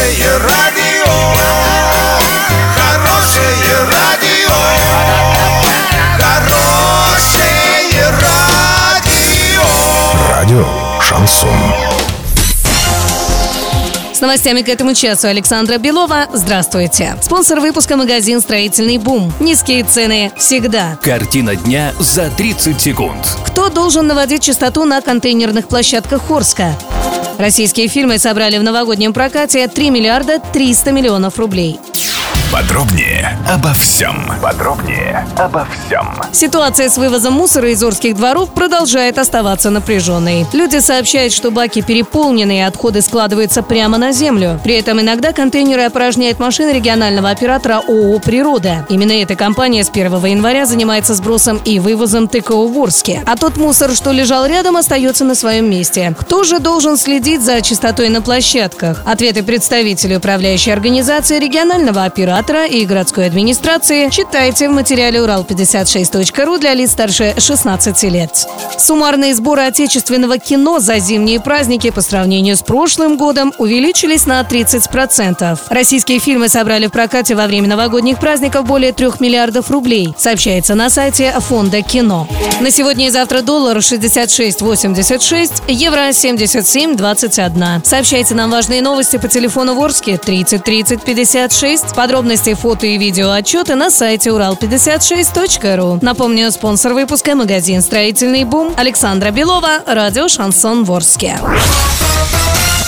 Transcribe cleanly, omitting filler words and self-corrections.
Хорошее радио, хорошее радио, хорошее радио. Радио «Шансон». С новостями к этому часу Александра Белова. Здравствуйте. Спонсор выпуска — магазин «Строительный бум». Низкие цены всегда. Картина дня за 30 секунд. Кто должен наводить чистоту на контейнерных площадках Орска? Российские фильмы собрали в новогоднем прокате 3 миллиарда 300 миллионов рублей. Подробнее обо всем. Ситуация с вывозом мусора из Орских дворов продолжает оставаться напряженной. Люди сообщают, что баки переполнены и отходы складываются прямо на землю. При этом иногда контейнеры опорожняет машина регионального оператора ООО «Природа». Именно эта компания с 1 января занимается сбросом и вывозом ТКО в Орске. А тот мусор, что лежал рядом, остается на своем месте. Кто же должен следить за чистотой на площадках? Ответы представителей управляющей организации, регионального оператора и городской администрации читайте в материале урал56.ру для лиц старше 16 лет. Суммарные сборы отечественного кино за зимние праздники по сравнению с прошлым годом увеличились на 30%. Российские фильмы собрали в прокате во время новогодних праздников более 3 миллиардов рублей, сообщается на сайте Фонда кино. На сегодня и завтра доллар 66.86, евро 77.21. Сообщайте нам важные новости по телефону в Орске 30 30 56. Подробности, фото и видео отчеты на сайте урал56.ру. Напомню, спонсор выпуска — магазин «Строительный бум». Александра Белова, радио «Шансон» в Орске.